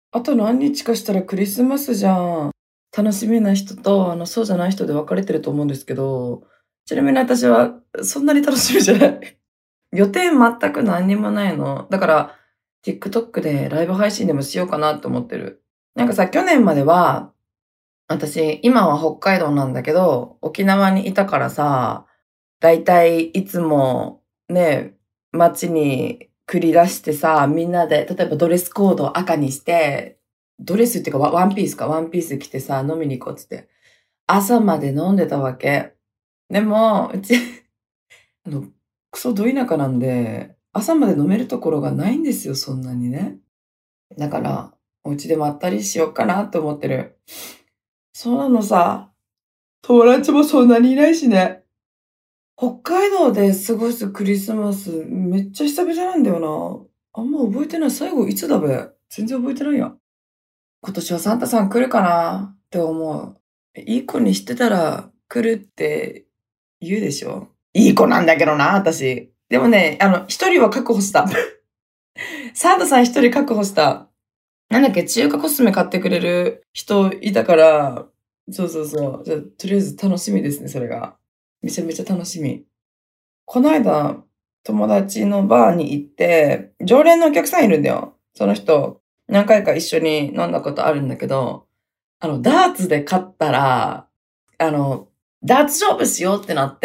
あと何日かしたらクリスマスじゃん。楽しみな人と、そうじゃない人で分かれてると思うんですけど、ちなみに私はそんなに楽しみじゃない。予定全く何にもないの。だから、TikTok でライブ配信でもしようかなって思ってる。なんかさ、去年までは、私、今は北海道なんだけど、沖縄にいたからさ、だいたいいつもね、街に繰り出してさ、みんなで、例えばドレスコードを赤にして、ドレスっていうかワンピースか、ワンピース着てさ、飲みに行こうっつって。朝まで飲んでたわけ。でも、うちあの、クソど田舎なんで、朝まで飲めるところがないんですよ、そんなにね。だから、お家でまったりしようかなって思ってる。そうなのさ。友達もそんなにいないしね。北海道で過ごすクリスマス、めっちゃ久々なんだよな。あんま覚えてない。最後いつだべ。全然覚えてないや。今年はサンタさん来るかなって思う。いい子にしてたら来るって言うでしょ。いい子なんだけどな、私。でもね、一人は確保した。サンタさん一人確保した。なんだっけ、中華コスメ買ってくれる人いたから、そうそうそう。じゃあとりあえず楽しみですね、それが。めちゃめちゃ楽しみ。この間、友達のバーに行って、常連のお客さんいるんだよ。その人、何回か一緒に飲んだことあるんだけど、ダーツで勝ったら、ダーツ勝負しようってなって、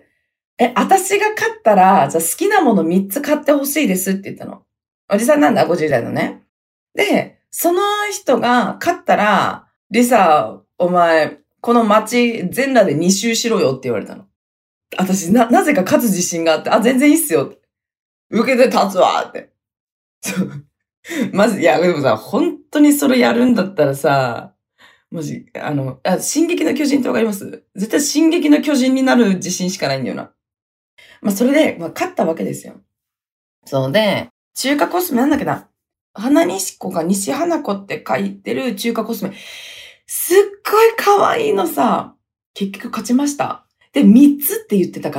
私が勝ったら、じゃあ好きなもの3つ買ってほしいですって言ったの。おじさんなんだ、50代のね。で、その人が勝ったら、リサ、お前、この街全裸で2周しろよって言われたの。私、なぜか勝つ自信があって、全然いいっすよって。受けて立つわって。そう。まず、いや、でもさ、本当にそれやるんだったらさ、マジ、進撃の巨人ってわかります？絶対進撃の巨人になる自信しかないんだよな。まあ、それで、勝ったわけですよ。そうで、中華コスメなんだっけな。花西子が西花子って書いてる中華コスメ。すっごい可愛いのさ。結局勝ちました。で、3つって言ってたから、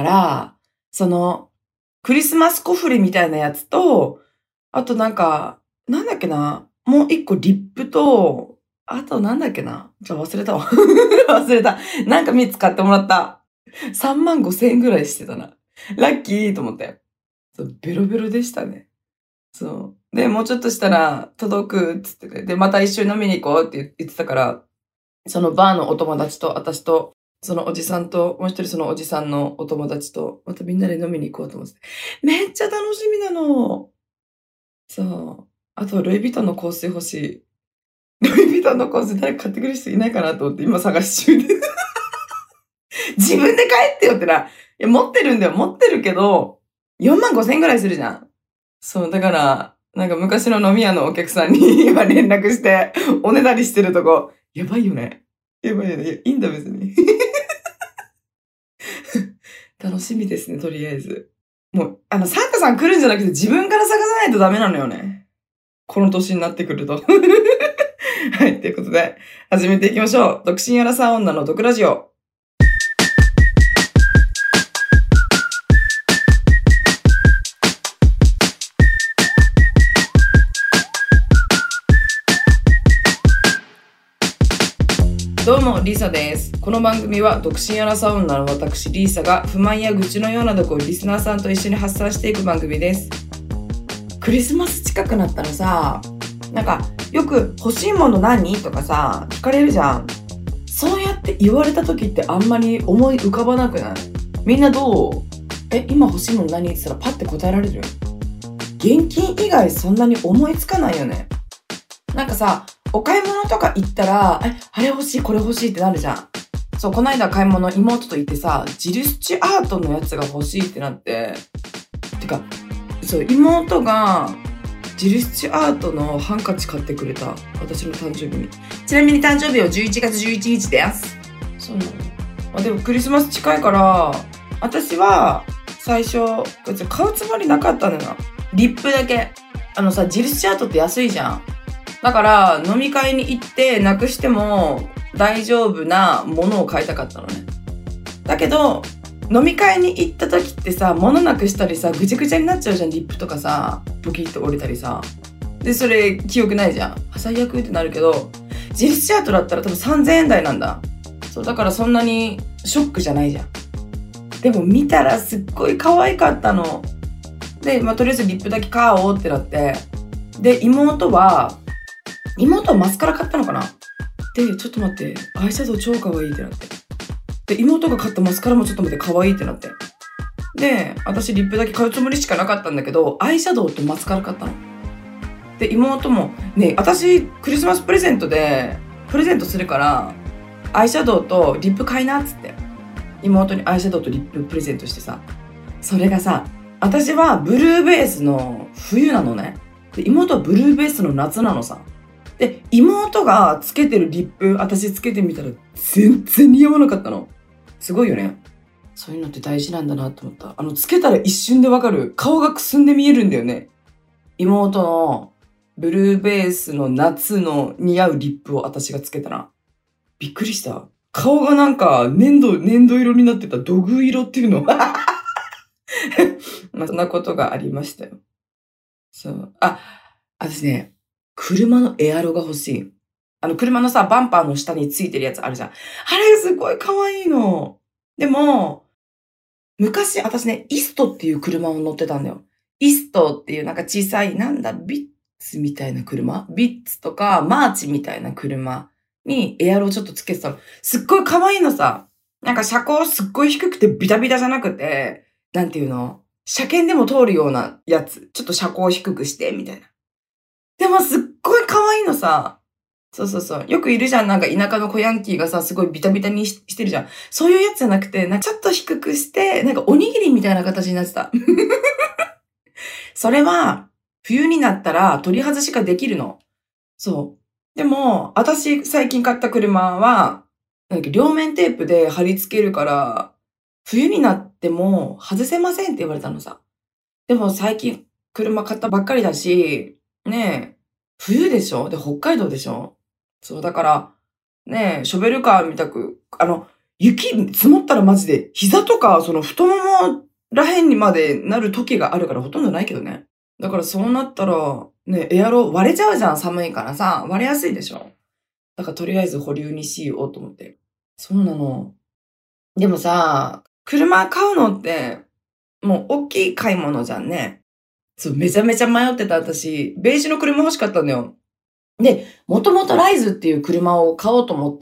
クリスマスコフレみたいなやつと、あとなんだっけな。もう1個リップと、あとなんだっけな。忘れたわ。忘れた。なんか3つ買ってもらった。3万5千円ぐらいしてたな。ラッキーと思って。そう、ベロベロでしたね。そう。で、もうちょっとしたら届くっつってて、で、また一緒に飲みに行こうって言ってたから、そのバーのお友達と、私と、そのおじさんと、もう一人そのおじさんのお友達と、またみんなで飲みに行こうと思って。めっちゃ楽しみなの。そう。あと、ルイ・ヴィトンの香水欲しい。ルイ・ヴィトンの香水誰か買ってくれる人いないかなと思って今探し中で。自分で買えってよってな。いや、持ってるんだよ。持ってるけど、4万5千円ぐらいするじゃん。そう、だから、なんか昔の飲み屋のお客さんに今連絡して、おねだりしてるとこ、やばいよね。やばいよね。いいんだ別に。楽しみですね、とりあえず。もう、サンタさん来るんじゃなくて自分から探さないとダメなのよね。この年になってくると。はい、ということで、始めていきましょう。独身アラサー女の毒ラジオ。どうも、リーサです。この番組は独身アラサー女の私、リーサが不満や愚痴のようなとこをリスナーさんと一緒に発散していく番組です。クリスマス近くなったらさ、なんか、よく欲しいもの何とかさ、聞かれるじゃん。そうやって言われた時ってあんまり思い浮かばなくない？みんなどう？今欲しいもの何って言ったらパッて答えられる？現金以外そんなに思いつかないよね。なんかさ、お買い物とか行ったら、あれ欲しい、これ欲しいってなるじゃん。そう、この間買い物妹と行ってさ、ジルスチアートのやつが欲しいってなって、てか、そう、妹がジルスチアートのハンカチ買ってくれた。私の誕生日に。ちなみに誕生日は11月11日です。そうなの。でもクリスマス近いから、私は最初、別に買うつもりなかったのよ。リップだけ。ジルスチアートって安いじゃん。だから飲み会に行ってなくしても大丈夫なものを買いたかったのね。だけど飲み会に行った時ってさ、物なくしたりさ、ぐちゃぐちゃになっちゃうじゃん。リップとかさ、ボキッと折れたりさ。 で、それ記憶ないじゃん。最悪ってなるけど、自立チャートだったら多分3000円台なんだ。そう、だからそんなにショックじゃないじゃん。でも見たらすっごい可愛かったの。で、とりあえずリップだけ買おうってなって。で、妹はマスカラ買ったのかな。で、ちょっと待って、アイシャドウ超可愛いってなって。で、妹が買ったマスカラもちょっと待って、可愛いってなって。で、私リップだけ買うつもりしかなかったんだけど、アイシャドウとマスカラ買ったの。で、妹も、ね、私クリスマスプレゼントするから、アイシャドウとリップ買いなっつって。妹にアイシャドウとリッププレゼントしてさ。それがさ、私はブルーベースの冬なのね。で、妹はブルーベースの夏なのさ。で、妹がつけてるリップ、私つけてみたら全然似合わなかったの。すごいよね。そういうのって大事なんだなと思った。つけたら一瞬でわかる。顔がくすんで見えるんだよね。妹のブルーベースの夏の似合うリップを私がつけたら、びっくりした。顔がなんか粘土色になってた。土偶色っていうの。そんなことがありましたよ。そう。私ね、車のエアロが欲しい。車のさ、バンパーの下についてるやつあるじゃん。あれすごい可愛いの。でも、昔、私ね、イストっていう車を乗ってたんだよ。イストっていうなんか小さい、ビッツみたいな車？ビッツとかマーチみたいな車にエアロをちょっとつけてたの。すっごい可愛いのさ。なんか車高すっごい低くてビタビタじゃなくて、なんていうの？車検でも通るようなやつ。ちょっと車高低くして、みたいな。でもすっごい可愛いのさ。そうそうそう。よくいるじゃん。なんか田舎の小ヤンキーがさ、すごいビタビタにしてるじゃん。そういうやつじゃなくて、ちょっと低くして、なんかおにぎりみたいな形になってた。それは、冬になったら取り外しができるの。そう。でも、私最近買った車は、両面テープで貼り付けるから、冬になっても外せませんって言われたのさ。でも最近車買ったばっかりだし、ねえ、冬でしょ？で、北海道でしょ？そう、だから、ねえ、ショベルカーみたく、雪積もったらマジで、膝とか、太ももらへんにまでなる時があるからほとんどないけどね。だからそうなったら、ね、エアロ割れちゃうじゃん、寒いからさ。割れやすいでしょ。だからとりあえず保留にしようと思って。そうなの。でもさ、車買うのって、もう大きい買い物じゃんね。そう、めちゃめちゃ迷ってた私、ベージュの車欲しかったんだよ。で、もともとライズっていう車を買おうと思って、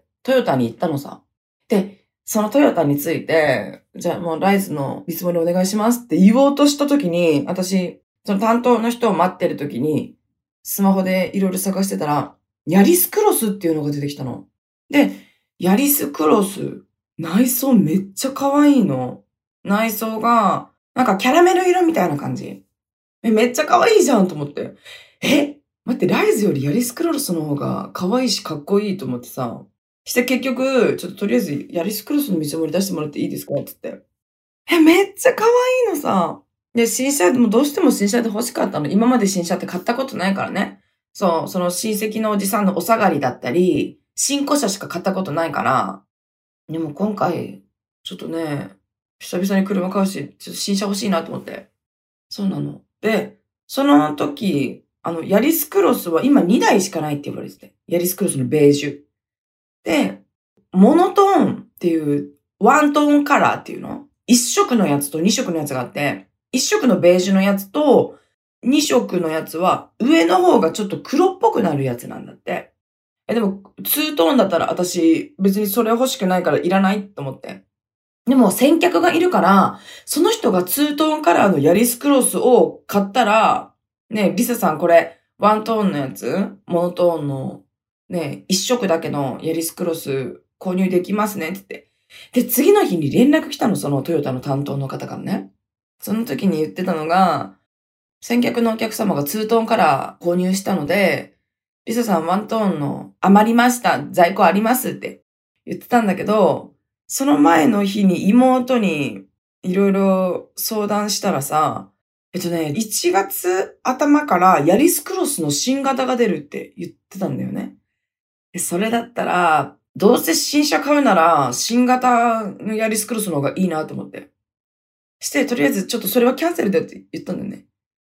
トヨタに行ったのさ。で、そのトヨタについて、じゃあもうライズの見積もりお願いしますって言おうとした時に、私、その担当の人を待ってる時に、スマホでいろいろ探してたら、ヤリスクロスっていうのが出てきたの。で、ヤリスクロス、内装めっちゃ可愛いの。内装が、なんかキャラメル色みたいな感じ。めっちゃ可愛いじゃんと思って。待って、ライズよりヤリスクロスの方が可愛いしかっこいいと思ってさ。して結局、ちょっととりあえずヤリスクロスの見積もり出してもらっていいですかって言って。めっちゃ可愛いのさ。で、新車でもどうしても新車で欲しかったの。今まで新車って買ったことないからね。そう、その親戚のおじさんのお下がりだったり、新古車しか買ったことないから。でも今回、ちょっとね、久々に車買うし、ちょっと新車欲しいなと思って。そうなの。で、その時、ヤリスクロスは今2台しかないって言われてて。ヤリスクロスのベージュ。で、モノトーンっていう、ワントーンカラーっていうの？ 1 色のやつと2色のやつがあって、1色のベージュのやつと2色のやつは上の方がちょっと黒っぽくなるやつなんだって。でも、ツートーンだったら私別にそれ欲しくないからいらないと思って。でも先客がいるから、その人がツートーンカラーのヤリスクロスを買ったら、ね、リサさんこれ、ワントーンのやつモノトーンの、ね、一色だけのヤリスクロス購入できますねって言って。で、次の日に連絡来たの、そのトヨタの担当の方からね。その時に言ってたのが、先客のお客様がツートーンカラー購入したので、リサさんワントーンの余りました、在庫ありますって言ってたんだけど、その前の日に妹にいろいろ相談したらさ、1月頭からヤリスクロスの新型が出るって言ってたんだよね。それだったら、どうせ新車買うなら新型のヤリスクロスの方がいいなと思って。して、とりあえずちょっとそれはキャンセルだって言ったんだよね。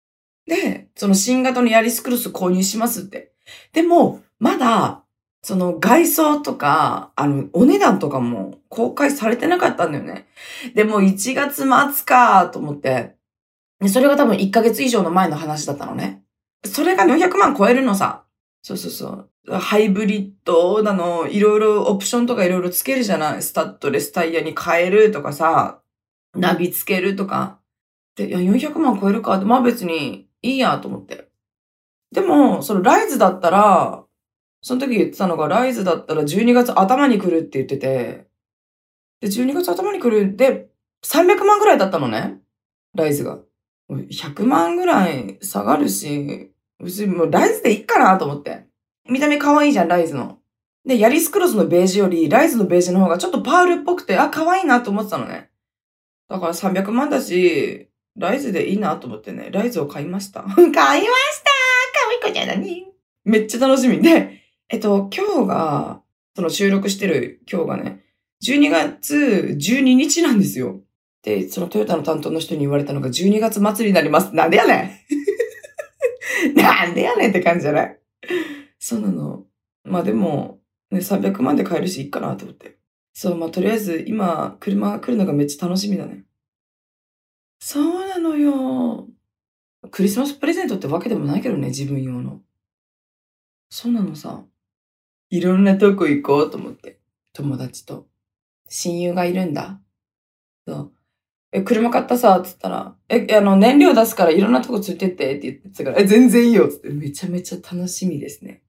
で、その新型のヤリスクロス購入しますって。でも、まだ、その外装とか、お値段とかも公開されてなかったんだよね。でも1月末かと思って、でそれが多分1ヶ月以上の前の話だったのね。それが400万超えるのさ。そうそうそう。ハイブリッドなの、いろいろオプションとかいろいろつけるじゃない。スタッドレスタイヤに変えるとかさ、ナビつけるとか。で、いや、400万超えるか。まあ別にいいやと思って。でも、そのライズだったら、その時言ってたのが、ライズだったら12月頭に来るって言ってて、で、12月頭に来るで、300万ぐらいだったのね。ライズが。100万ぐらい下がるし、別にもうライズでいいかなと思って。見た目可愛いじゃん、ライズの。で、ヤリスクロスのベージュより、ライズのベージュの方がちょっとパールっぽくて、あ、可愛いなと思ってたのね。だから300万だし、ライズでいいなと思ってね、ライズを買いました。買いました可愛い子ちゃんだね。めっちゃ楽しみ。で、今日が、その収録してる今日がね、12月12日なんですよ。で、そのトヨタの担当の人に言われたのが12月末になります。なんでやねんなんでやねんって感じじゃないそうなの。まあでも、ね、300万で買えるしいいかなと思って。そう、まあとりあえず今、車が来るのがめっちゃ楽しみだね。そうなのよ。クリスマスプレゼントってわけでもないけどね、自分用の。そうなのさ。いろんなとこ行こうと思って。友達と。親友がいるんだ。そう。車買ったさ、つったら、燃料出すからいろんなとこ連れてってって言ってたから、全然いいよ、つって。めちゃめちゃ楽しみですね。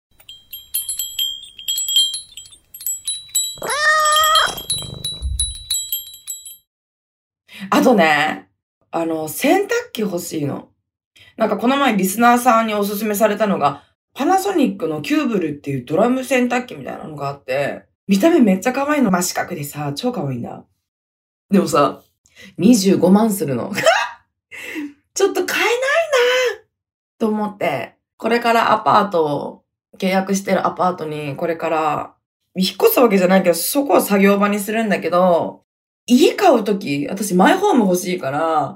あとね、洗濯機欲しいの。なんかこの前リスナーさんにおすすめされたのが、パナソニックのキューブルっていうドラム洗濯機みたいなのがあって、見た目めっちゃ可愛いの。真四角でさ、超可愛いんだ。でもさ、25万するの。ちょっと買えないなと思って、これからアパートを、契約してるアパートに、これから、引っ越すわけじゃないけど、そこを作業場にするんだけど、家買うとき、私マイホーム欲しいから、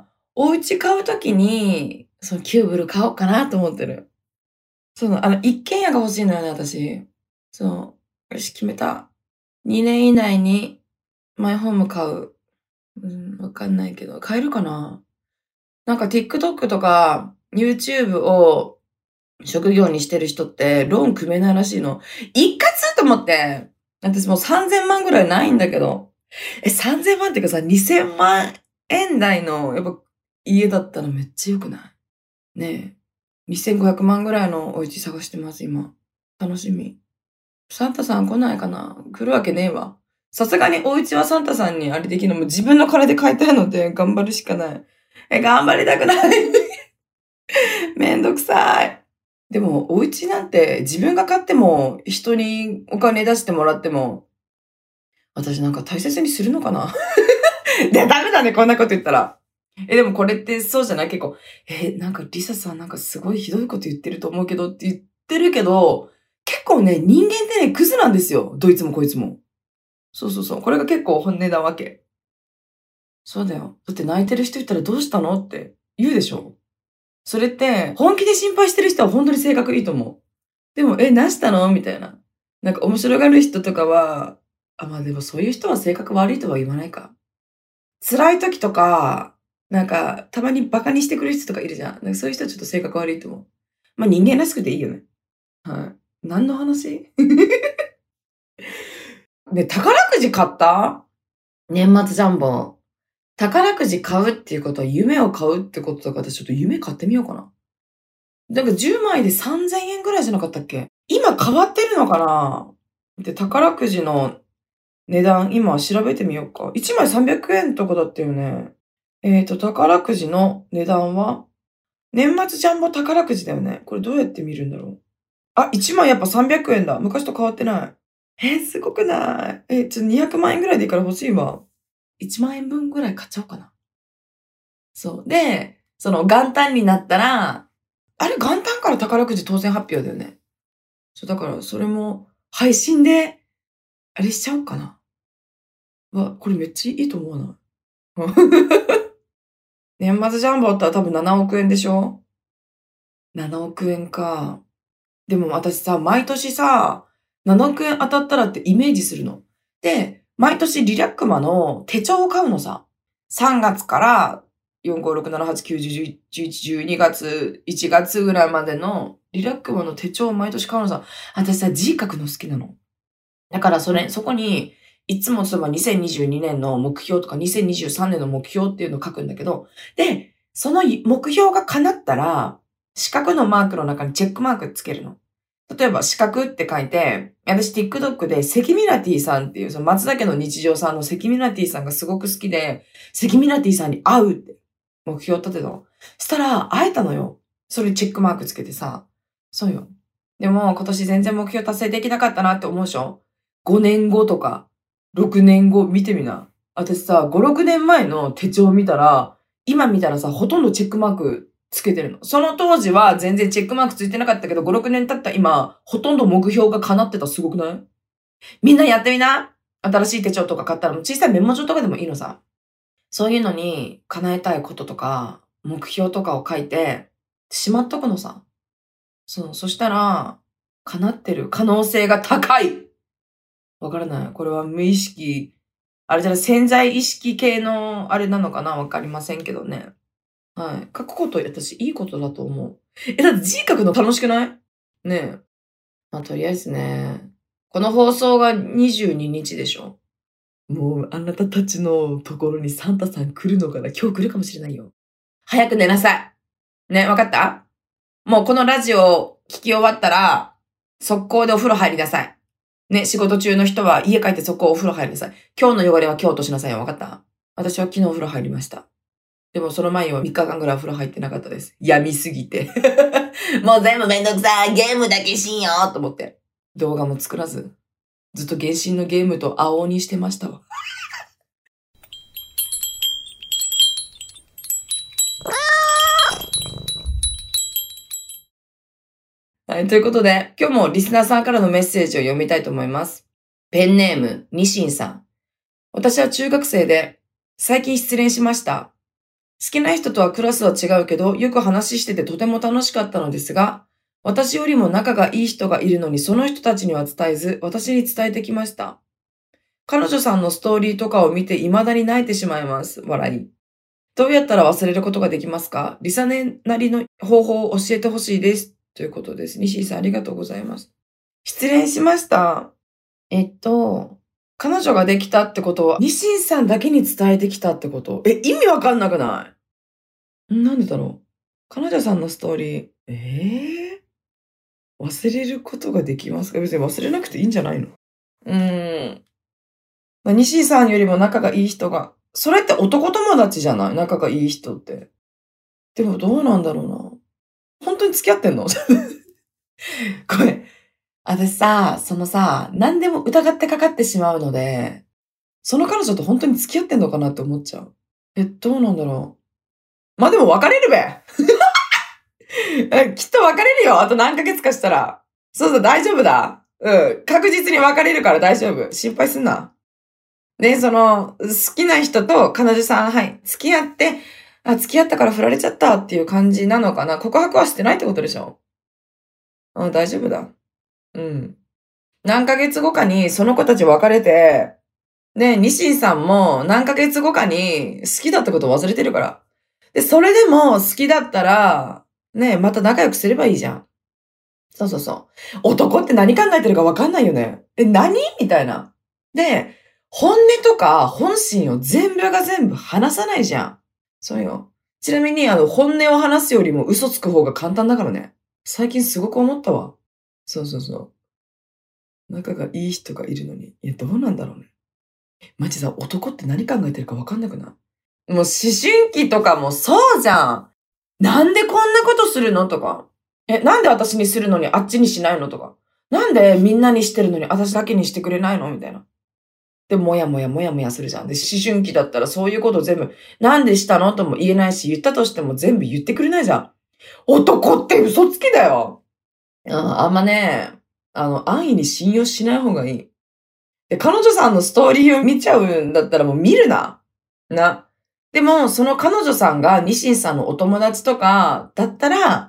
お家買うときに、そのキューブル買おうかなと思ってる。一軒家が欲しいのよね、私。そう。よし、決めた。2年以内にマイホーム買う。わかんないけど、買えるかな？なんか TikTok とか YouTube を職業にしてる人ってローン組めないらしいの。一括と思って。私もう3000万ぐらいないんだけど。3000万っていうかさ、2000万円台の、やっぱ家だったらめっちゃ良くないねえ。2500万ぐらいのお家探してます、今。楽しみ。サンタさん来ないかな？来るわけねえわ。さすがにお家はサンタさんにあれできるのも自分の金で買いたいので頑張るしかない。頑張りたくない。めんどくさい。でも、お家なんて自分が買っても人にお金出してもらっても、私なんか大切にするのかなで、ダメだね、こんなこと言ったら。でもこれってそうじゃない結構、なんかリサさんなんかすごいひどいこと言ってると思うけどって言ってるけど、結構ね、人間ってね、クズなんですよ。どいつもこいつも。そうそうそう。これが結構本音なわけ。そうだよ。だって泣いてる人いたらどうしたのって言うでしょそれって、本気で心配してる人は本当に性格いいと思う。でも、何したのみたいな。なんか面白がる人とかは、まあでもそういう人は性格悪いとは言わないか。辛い時とか、なんか、たまにバカにしてくれる人とかいるじゃん。なんかそういう人はちょっと性格悪いと思う。まあ人間らしくていいよね。はい。何の話で、宝くじ買った年末ジャンボ。宝くじ買うっていうことは夢を買うってことだから私ちょっと夢買ってみようかな。なんか10枚で3000円ぐらいじゃなかったっけ今変わってるのかなで、宝くじの値段、今調べてみようか。1枚300円とかだったよね。宝くじの値段は年末ジャンボ宝くじだよね。これどうやって見るんだろう。1枚やっぱ300円だ。昔と変わってない。すごくない。200万円ぐらいでいいから欲しいわ。1万円分ぐらい買っちゃおうかな。そう。で、その元旦になったら、あれ元旦から宝くじ当選発表だよね。そう、だからそれも配信で、あれしちゃおうかな。これめっちゃいいと思うな。年末ジャンボって多分7億円でしょ 7億円か。でも私さ、毎年さ、7億円当たったらってイメージするの。で、毎年リラックマの手帳を買うのさ。3月から4、5、6、7、8、9、10、11、12月、1月ぐらいまでのリラックマの手帳を毎年買うのさ。私さ、字書くの好きなの。だからそこに、いつも2022年の目標とか2023年の目標っていうのを書くんだけど、で、その目標が叶ったら、四角のマークの中にチェックマークつけるの。例えば、四角って書いて、私 TikTok で関ミラティさんっていう、その松崎の日常さんの関ミラティさんがすごく好きで、関ミラティさんに会うって目標を立てたの。したら、会えたのよ。それチェックマークつけてさ。そうよ。でも、今年全然目標達成できなかったなって思うでしょ？ 5 年後とか、6年後見てみな。私さ、5、6年前の手帳見たら、今見たらさ、ほとんどチェックマークつけてるの。その当時は全然チェックマークついてなかったけど、5、6年経った今、ほとんど目標が叶ってた。すごくない？みんなやってみな。新しい手帳とか買ったら、小さいメモ帳とかでもいいのさ。そういうのに叶えたいこととか、目標とかを書いて、しまっとくのさ。そしたら、叶ってる可能性が高い。わからない。これは無意識、あれじゃない、潜在意識系のあれなのかな？わかりませんけどね。はい。書くこと、私いいことだと思う。だって字書くの楽しくない？ねえ。まあ、とりあえずね。この放送が22日でしょ？もう、あなたたちのところにサンタさん来るのかな？今日来るかもしれないよ。早く寝なさい。ね、わかった？もうこのラジオを聞き終わったら、速攻でお風呂入りなさい。ね、仕事中の人は家帰って速攻お風呂入りなさい。今日の汚れは今日落としなさいよ。わかった？私は昨日お風呂入りました。でもその前には3日間ぐらいお風呂入ってなかったです。病みすぎて。もう全部めんどくさい。ゲームだけしんよと思って。動画も作らず、ずっと原神のゲームと青鬼してましたわ。はい、ということで、今日もリスナーさんからのメッセージを読みたいと思います。ペンネーム、ニシンさん。私は中学生で、最近失恋しました。好きな人とはクラスは違うけど、よく話しててとても楽しかったのですが、私よりも仲がいい人がいるのにその人たちには伝えず、私に伝えてきました。彼女さんのストーリーとかを見て未だに泣いてしまいます。笑い。どうやったら忘れることができますか？リサネなりの方法を教えてほしいです。ということです。西井さんありがとうございます。失恋しました。彼女ができたってことは、西井さんだけに伝えてきたってこと？意味わかんなくない？なんでだろう。彼女さんのストーリー、忘れることができますか？別に忘れなくていいんじゃないの？西井さんよりも仲がいい人が、それって男友達じゃない？仲がいい人って。でもどうなんだろうな。本当に付き合ってんの？これ、私さ、何でも疑ってかかってしまうので、その彼女と本当に付き合ってんのかなって思っちゃう。どうなんだろう。まあ、でも別れるべ。きっと別れるよ。あと何ヶ月かしたら。そう、大丈夫だ。確実に別れるから大丈夫。心配すんな。で、好きな人と彼女さん、はい、付き合って、付き合ったから振られちゃったっていう感じなのかな。告白はしてないってことでしょ？大丈夫だ。うん。何ヶ月後かにその子たち別れて、ね、ニシンさんも何ヶ月後かに好きだったこと忘れてるから。で、それでも好きだったら、ね、また仲良くすればいいじゃん。そうそうそう。男って何考えてるか分かんないよね。何みたいな。で、本音とか本心を全部が全部話さないじゃん。そうよ。ちなみに、本音を話すよりも嘘つく方が簡単だからね。最近すごく思ったわ。そうそうそう。仲がいい人がいるのに。いや、どうなんだろうね。マジさ、男って何考えてるか分かんなくない？もう思春期とかもそうじゃん。なんでこんなことするのとか。なんで私にするのにあっちにしないのとか。なんでみんなにしてるのに私だけにしてくれないのみたいな。で、もやもやもやもやするじゃん。で、思春期だったらそういうこと全部、なんでしたのとも言えないし、言ったとしても全部言ってくれないじゃん。男って嘘つきだよ。あんまね、安易に信用しない方がいい。で、彼女さんのストーリーを見ちゃうんだったらもう見るな。な。でも、その彼女さんがニシンさんのお友達とかだったら、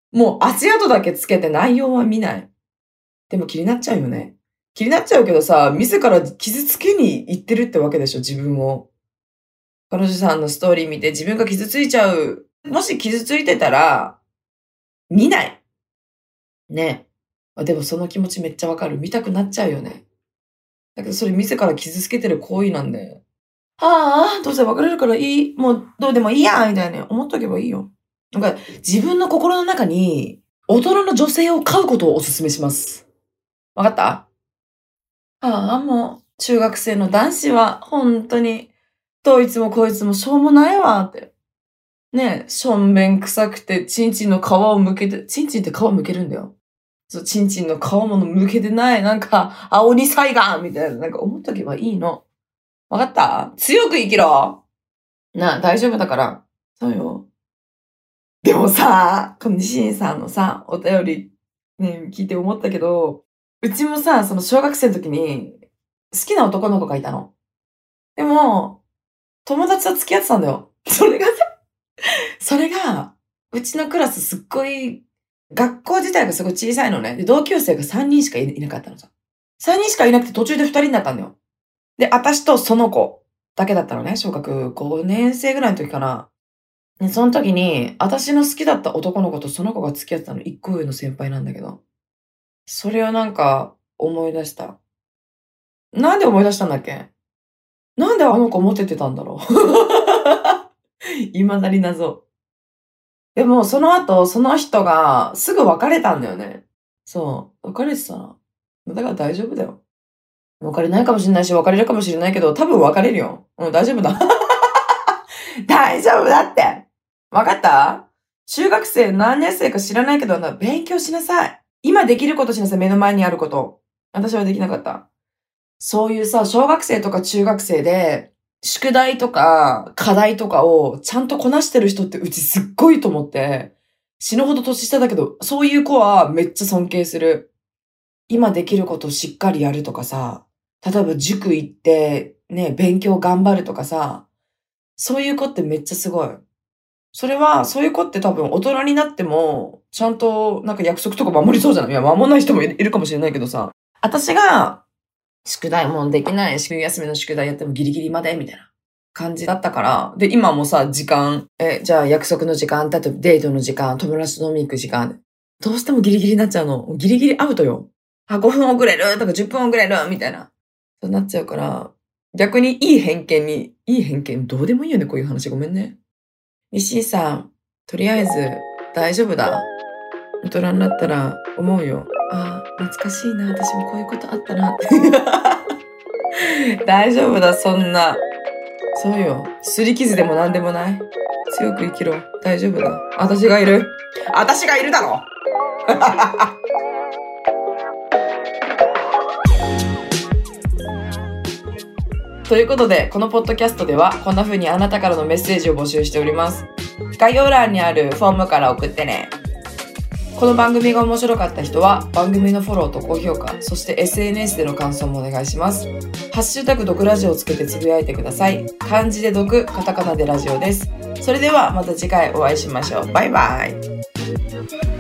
もう足跡だけつけて内容は見ない。でも気になっちゃうよね。気になっちゃうけどさ、自ら傷つけに行ってるってわけでしょ、自分を。彼女さんのストーリー見て自分が傷ついちゃう。もし傷ついてたら、見ない。ね。でもその気持ちめっちゃわかる。見たくなっちゃうよね。だけどそれ自ら傷つけてる行為なんで。ああ、どうせ別れるからいい。もうどうでもいいや、みたいに思っとけばいいよ。なんか自分の心の中に大人の女性を飼うことをお勧めします。わかった？もう中学生の男子は本当にどいつもこいつもしょうもないわって。ねえ、しょんべん臭くてチンチンの皮をむけて、チンチンって皮むけるんだよ。そう、チンチンの皮もむけてない、なんか、青に災害みたいな、なんか思っとけばいいの。わかった？強く生きろ。大丈夫だから。そうよ。でもさ、この西さんのさ、お便りね、聞いて思ったけど、うちもさ、その小学生の時に、好きな男の子がいたの。でも、友達と付き合ってたんだよ。それが、うちのクラスすっごい、学校自体がすごい小さいのね。で、同級生が3人しかいなかったのさ。3人しかいなくて途中で2人になったんだよ。で、私とその子だけだったのね。小学5年生ぐらいの時かな。で、その時に、私の好きだった男の子とその子が付き合ってたの1個上の先輩なんだけど。それをなんか思い出した。なんで思い出したんだっけ？なんであの子モテてたんだろう未だに謎。でも、その後、その人がすぐ別れたんだよね。そう。別れてたな。だから大丈夫だよ。別れないかもしれないし、別れるかもしれないけど、多分別れるよ。大丈夫だ。大丈夫だって。わかった？中学生何年生か知らないけど、勉強しなさい。今できることしなさい、目の前にあること。私はできなかった。そういうさ、小学生とか中学生で、宿題とか課題とかをちゃんとこなしてる人ってうちすっごいと思って、死ぬほど年下だけど、そういう子はめっちゃ尊敬する。今できることをしっかりやるとかさ、例えば塾行って、ね、勉強頑張るとかさ、そういう子ってめっちゃすごい。そういう子って多分大人になっても、ちゃんとなんか約束とか守りそうじゃない？いや、守んない人もいるかもしれないけどさ、私が、宿題もできない、冬休みの宿題やってもギリギリまで、みたいな感じだったから。で、今もさ、時間、じゃあ約束の時間、例えばデートの時間、友達と飲み行く時間、どうしてもギリギリになっちゃうの。ギリギリアウトよ。5分遅れるとか10分遅れるみたいな。そうなっちゃうから、逆にいい偏見、どうでもいいよね、こういう話。ごめんね。西井さん、とりあえず、大丈夫だ。大人になったら思うよ。懐かしいな。私もこういうことあったな。大丈夫だ、そんな。そうよ。擦り傷でも何でもない。強く生きろ。大丈夫だ。私がいるだろということで、このポッドキャストでは、こんな風にあなたからのメッセージを募集しております。概要欄にあるフォームから送ってね。この番組が面白かった人は番組のフォローと高評価、そして SNS での感想もお願いします。ハッシュタグ毒ラジオをつけてつぶやいてください。漢字で毒、カタカナでラジオです。それではまた次回お会いしましょう。バイバイ。